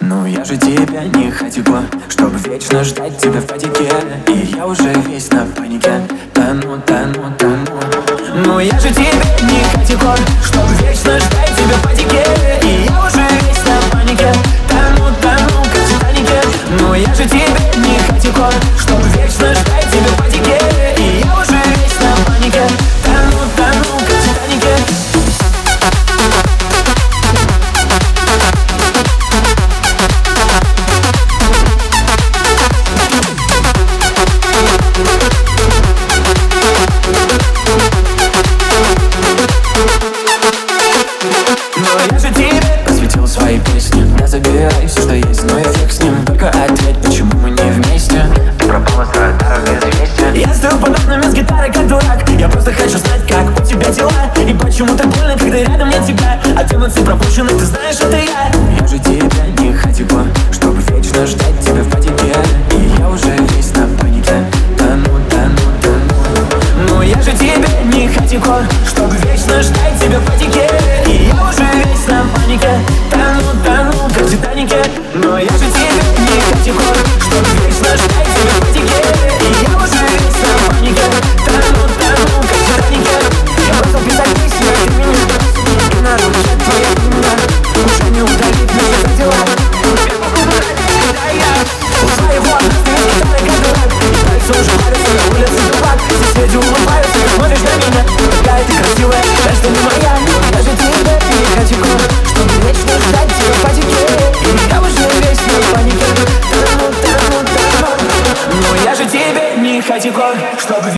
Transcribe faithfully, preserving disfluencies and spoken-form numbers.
Ну я же тебя не хотела, чтобы вечно ждать тебя в потеке. И я уже весь на панике, тону, тону, тону. Ну я же тебя не хотела, чтобы вечно ждать тебя в потеке. И я уже весь на панике, тону, тону, как в Титанике. Ну я же тебя не хотела, чтобы вечно ждать тебя в потеке. И я уже весь на панике, тону, тону, как в Титанике. Свои песни, я забираю все, что есть, но я фиг с ним. Только ответь, почему мы не вместе? Ты пропала с радаров без известия. Я стою под окнами с гитарой, как дурак. Я просто хочу знать, как у тебя дела. И почему так больно, когда рядом нет тебя. Одиннадцать пропущенных, ты знаешь, это я.